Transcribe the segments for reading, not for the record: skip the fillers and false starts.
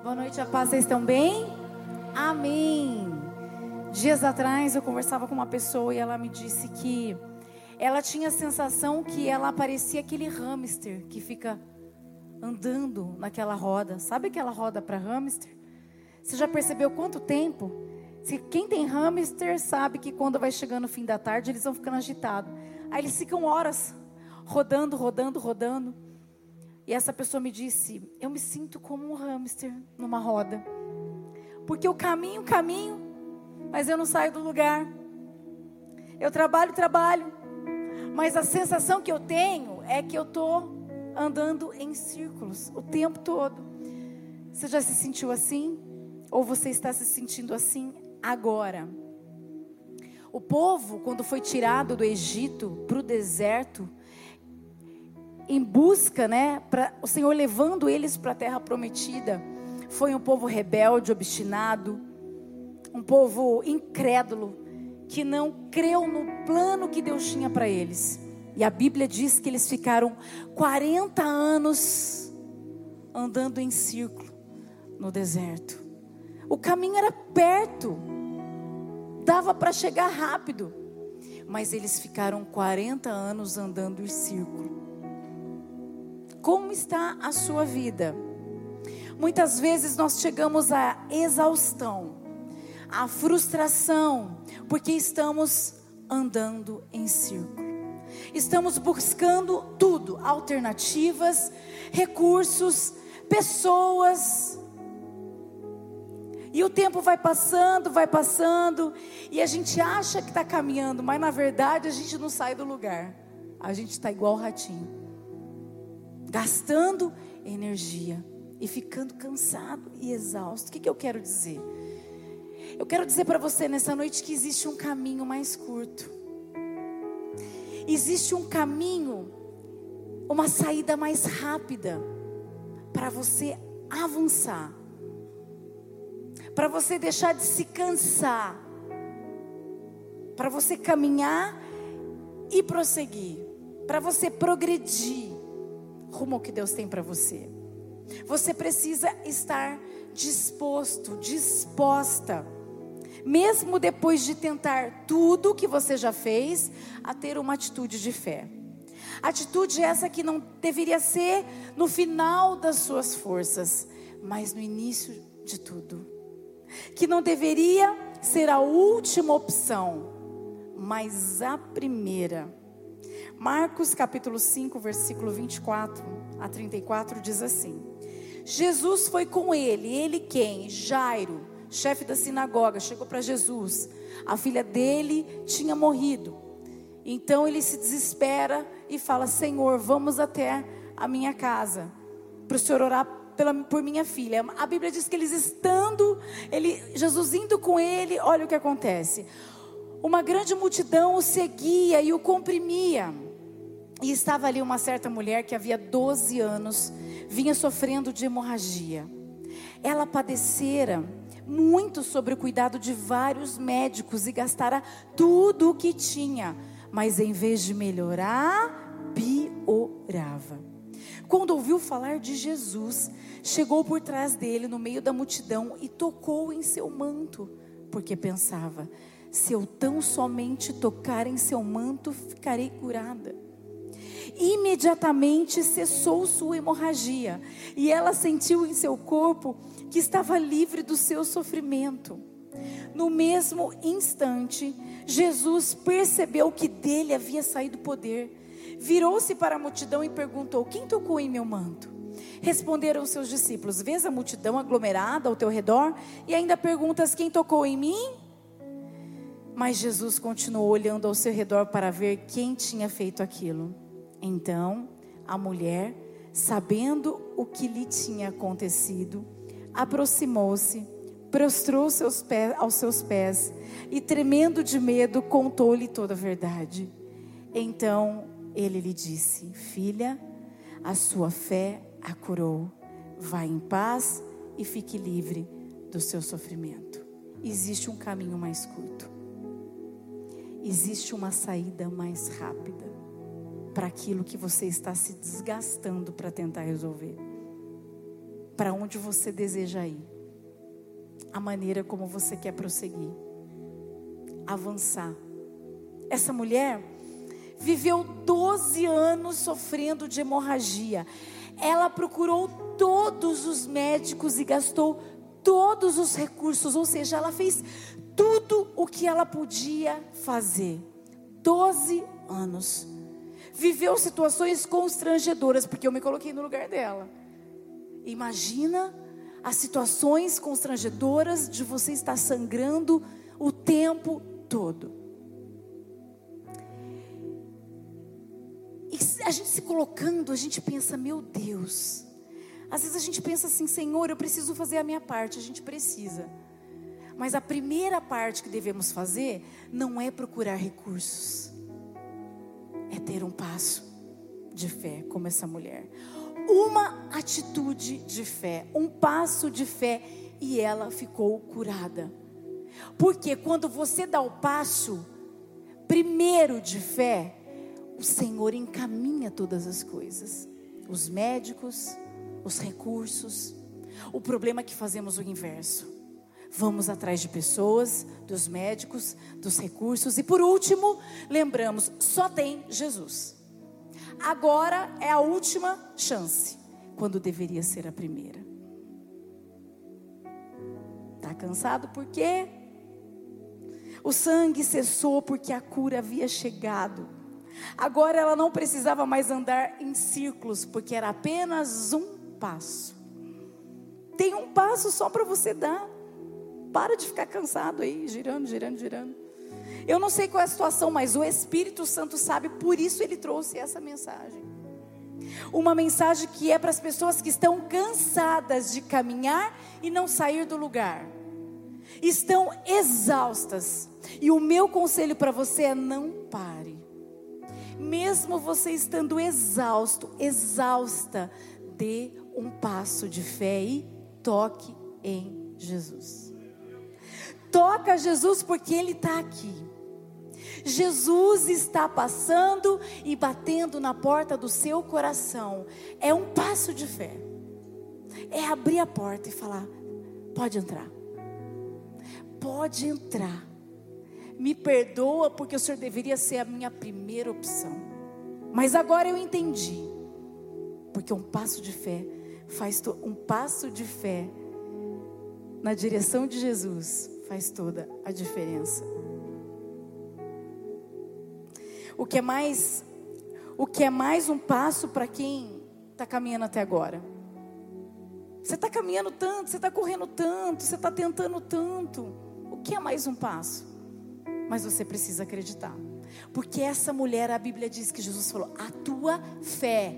Boa noite, a paz, vocês estão bem? Amém. Dias atrás eu conversava com uma pessoa e ela me disse que ela tinha a sensação que ela parecia aquele hamster que fica andando naquela roda. Sabe aquela roda para hamster? Você já percebeu quanto tempo? Quem tem hamster sabe que quando vai chegando o fim da tarde eles vão ficando agitados. Aí eles ficam horas rodando. E essa pessoa me disse: eu me sinto como um hamster numa roda, porque eu caminho, mas eu não saio do lugar. Eu trabalho, mas a sensação que eu tenho é que eu estou andando em círculos o tempo todo. Você já se sentiu assim? Ou você está se sentindo assim agora? O povo, quando foi tirado do Egito para o deserto, em busca, o Senhor levando eles para a terra prometida, foi um povo rebelde, obstinado, um povo incrédulo, que não creu no plano que Deus tinha para eles. E a Bíblia diz que eles ficaram 40 anos andando em círculo no deserto. O caminho era perto, dava para chegar rápido, mas eles ficaram 40 anos andando em círculo. Como está a sua vida? Muitas vezes nós chegamos à exaustão, à frustração, porque estamos andando em círculo. Estamos buscando tudo, alternativas, recursos, pessoas. E o tempo vai passando, e a gente acha que está caminhando, mas na verdade a gente não sai do lugar. A gente está igual o ratinho, gastando energia e ficando cansado e exausto. O que eu quero dizer? Eu quero dizer para você nessa noite que existe um caminho mais curto. Existe um caminho, uma saída mais rápida para você avançar, para você deixar de se cansar, para você caminhar e prosseguir, para você progredir rumo ao que Deus tem para você. Você precisa estar disposta, mesmo depois de tentar tudo que você já fez, a ter uma atitude de fé. Atitude essa que não deveria ser no final das suas forças, mas no início de tudo. Que não deveria ser a última opção, mas a primeira. Marcos capítulo 5, versículo 24 a 34 diz assim: Jesus foi com ele quem? Jairo, chefe da sinagoga, chegou para Jesus. A filha dele tinha morrido. Então ele se desespera e fala: Senhor, vamos até a minha casa, para o Senhor orar por minha filha. A Bíblia diz que Jesus indo com ele, olha o que acontece. Uma grande multidão o seguia e o comprimia. E estava ali uma certa mulher que havia 12 anos, vinha sofrendo de hemorragia. Ela padecera muito sobre o cuidado de vários médicos e gastara tudo o que tinha, mas em vez de melhorar, piorava. Quando ouviu falar de Jesus, chegou por trás dele no meio da multidão e tocou em seu manto, porque pensava: se eu tão somente tocar em seu manto, ficarei curada. Imediatamente cessou sua hemorragia e ela sentiu em seu corpo que estava livre do seu sofrimento. No mesmo instante, Jesus percebeu que dele havia saído poder. Virou-se para a multidão e perguntou: quem tocou em meu manto? Responderam seus discípulos: vês a multidão aglomerada ao teu redor e ainda perguntas: quem tocou em mim? Mas Jesus continuou olhando ao seu redor para ver quem tinha feito aquilo. Então a mulher, sabendo o que lhe tinha acontecido, aproximou-se, prostrou-se aos seus pés e, tremendo de medo, contou-lhe toda a verdade. Então ele lhe disse: filha, a sua fé a curou. Vá em paz e fique livre do seu sofrimento. Existe um caminho mais curto. Existe uma saída mais rápida para aquilo que você está se desgastando para tentar resolver. para onde você deseja ir, a maneira como você quer prosseguir, avançar. Essa mulher viveu 12 anos sofrendo de hemorragia. Ela procurou todos os médicos e gastou todos os recursos, ou seja, ela fez tudo o que ela podia fazer. 12 anos. Viveu situações constrangedoras, porque eu me coloquei no lugar dela. Imagina as situações constrangedoras de você estar sangrando o tempo todo. E a gente se colocando, a gente pensa, meu Deus. Às vezes a gente pensa assim, Senhor, eu preciso fazer a minha parte. A gente precisa. Mas a primeira parte que devemos fazer não é procurar recursos. É ter um passo de fé, como essa mulher. Uma atitude de fé, um passo de fé, e ela ficou curada. Porque quando você dá o passo primeiro de fé, o Senhor encaminha todas as coisas. Os médicos, os recursos. O problema é que fazemos o inverso. Vamos atrás de pessoas, dos médicos, dos recursos. E por último, lembramos, só tem Jesus. Agora é a última chance, quando deveria ser a primeira. Está cansado por quê? O sangue cessou porque a cura havia chegado. Agora ela não precisava mais andar em círculos, porque era apenas um passo. Tem um passo só para você dar. Para de ficar cansado aí, girando. Eu não sei qual é a situação, mas o Espírito Santo sabe, por isso ele trouxe essa mensagem. Uma mensagem que é para as pessoas que estão cansadas de caminhar e não sair do lugar. Estão exaustas. E o meu conselho para você é: não pare. Mesmo você estando exausto, exausta, dê um passo de fé e toque em Jesus. Toca Jesus porque Ele está aqui. Jesus está passando e batendo na porta do seu coração. É um passo de fé. É abrir a porta e falar: pode entrar. Pode entrar. Me perdoa porque o Senhor deveria ser a minha primeira opção. Mas agora eu entendi. Porque um passo de fé um passo de fé na direção de Jesus faz toda a diferença. O que é mais um passo para quem está caminhando até agora? Você está caminhando tanto, você está correndo tanto, você está tentando tanto. O que é mais um passo? Mas você precisa acreditar. Porque essa mulher, a Bíblia diz que Jesus falou: a tua fé,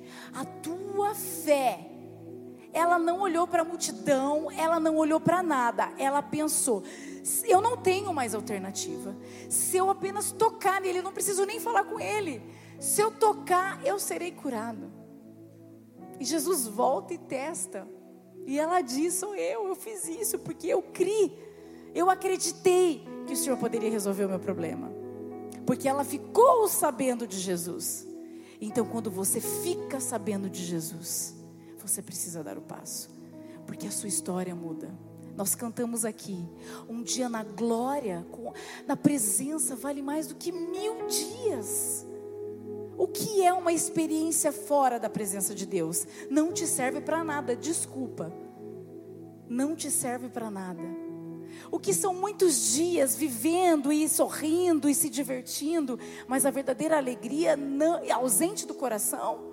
ela não olhou para a multidão, ela não olhou para nada, ela pensou: eu não tenho mais alternativa. Se eu apenas tocar nele, eu não preciso nem falar com ele. Se eu tocar, eu serei curado. E Jesus volta e testa. E ela diz: sou eu fiz isso porque eu criei. Eu acreditei que o Senhor poderia resolver o meu problema. Porque ela ficou sabendo de Jesus. Então quando você fica sabendo de Jesus, você precisa dar o passo. Porque a sua história muda. Nós cantamos aqui: um dia na glória, na presença, vale mais do que 1000 dias. O que é uma experiência fora da presença de Deus? Não te serve para nada, desculpa. Não te serve para nada. O que são muitos dias vivendo e sorrindo e se divertindo, mas a verdadeira alegria ausente do coração?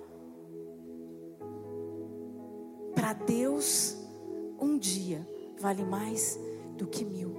Para Deus, um dia vale mais do que 1000.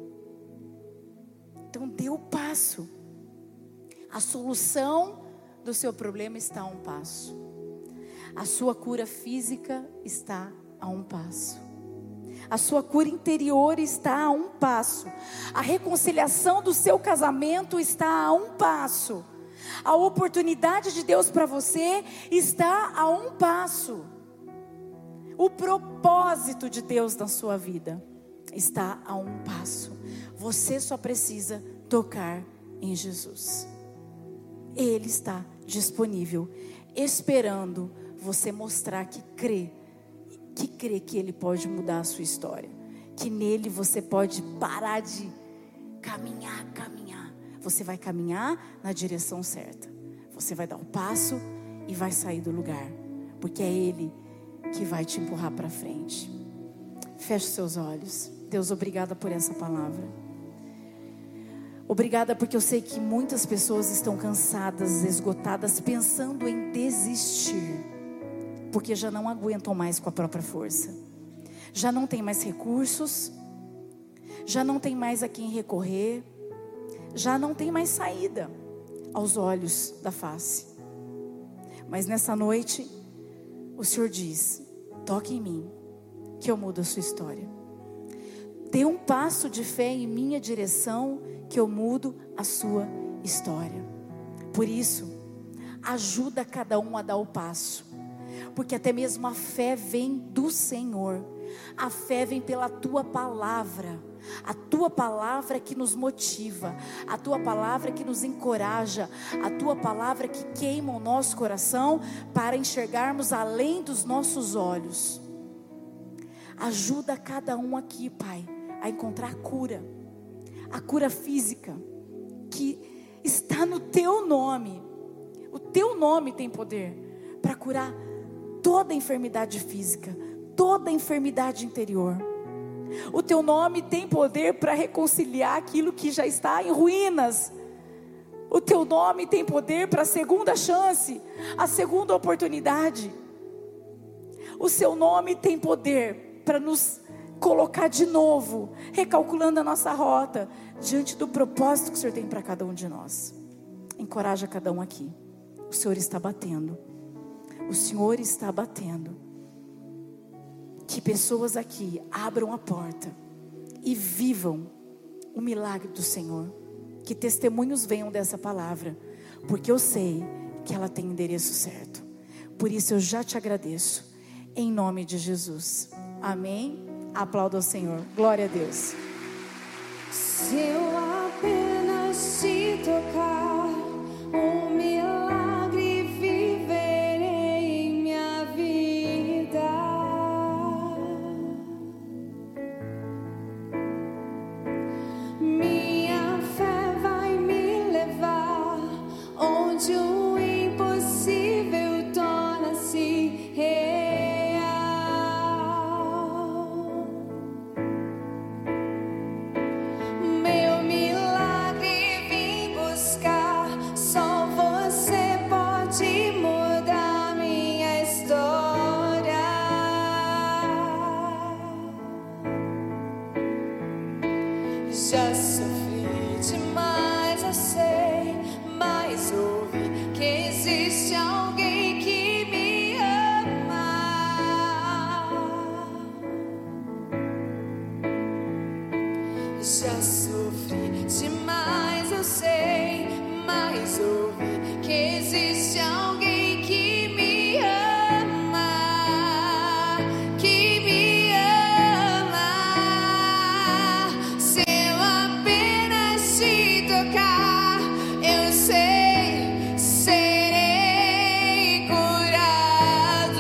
Então dê o passo. A solução do seu problema está a um passo. A sua cura física está a um passo. A sua cura interior está a um passo. A reconciliação do seu casamento está a um passo. A oportunidade de Deus para você está a um passo. O propósito de Deus na sua vida está a um passo. Você só precisa tocar em Jesus. Ele está disponível, esperando você mostrar que crê que crê que Ele pode mudar a sua história, que nele você pode parar de caminhar. Você vai caminhar na direção certa. Você vai dar um passo e vai sair do lugar, porque é Ele que vai te empurrar para frente. Feche seus olhos. Deus, obrigada por essa palavra. Obrigada porque eu sei que muitas pessoas estão cansadas, esgotadas, pensando em desistir, porque já não aguentam mais com a própria força. Já não tem mais recursos, já não tem mais a quem recorrer, já não tem mais saída aos olhos da face. Mas nessa noite, o Senhor diz: toque em mim, que eu mudo a sua história. Dê um passo de fé em minha direção, que eu mudo a sua história. Por isso, ajuda cada um a dar o passo, porque até mesmo a fé vem do Senhor. A fé vem pela tua palavra. A tua palavra que nos motiva, a tua palavra que nos encoraja, a tua palavra que queima o nosso coração para enxergarmos além dos nossos olhos. Ajuda cada um aqui, Pai, a encontrar a cura física que está no teu nome. O teu nome tem poder para curar toda enfermidade física, toda enfermidade interior. O teu nome tem poder para reconciliar aquilo que já está em ruínas. O teu nome tem poder para a segunda chance, a segunda oportunidade. O seu nome tem poder para nos colocar de novo, recalculando a nossa rota, diante do propósito que o Senhor tem para cada um de nós. Encoraja cada um aqui. O Senhor está batendo. O Senhor está batendo. Que pessoas aqui abram a porta e vivam o milagre do Senhor. Que testemunhos venham dessa palavra, porque eu sei que ela tem endereço certo. Por isso eu já te agradeço, em nome de Jesus. Amém? Aplauda ao Senhor. Glória a Deus. Se eu apenas te tocar, um milagre viverei em minha vida. Minha fé vai me levar onde o impossível torna-se real. Meu milagre vim buscar, só você pode mudar minha história. Já sofri demais, eu sei, mas ouvi que existe alguém que me ama. Já sofri demais, eu sei, mas ouvi que existe alguém que me ama, que me ama. Se eu apenas te tocar, eu sei, serei curado.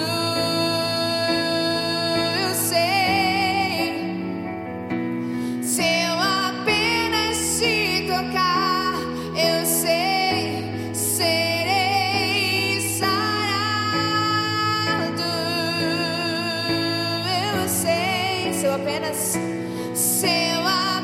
Eu sei. Se eu apenas te tocar, eu sei, serei sarado. Eu sei, se eu apenas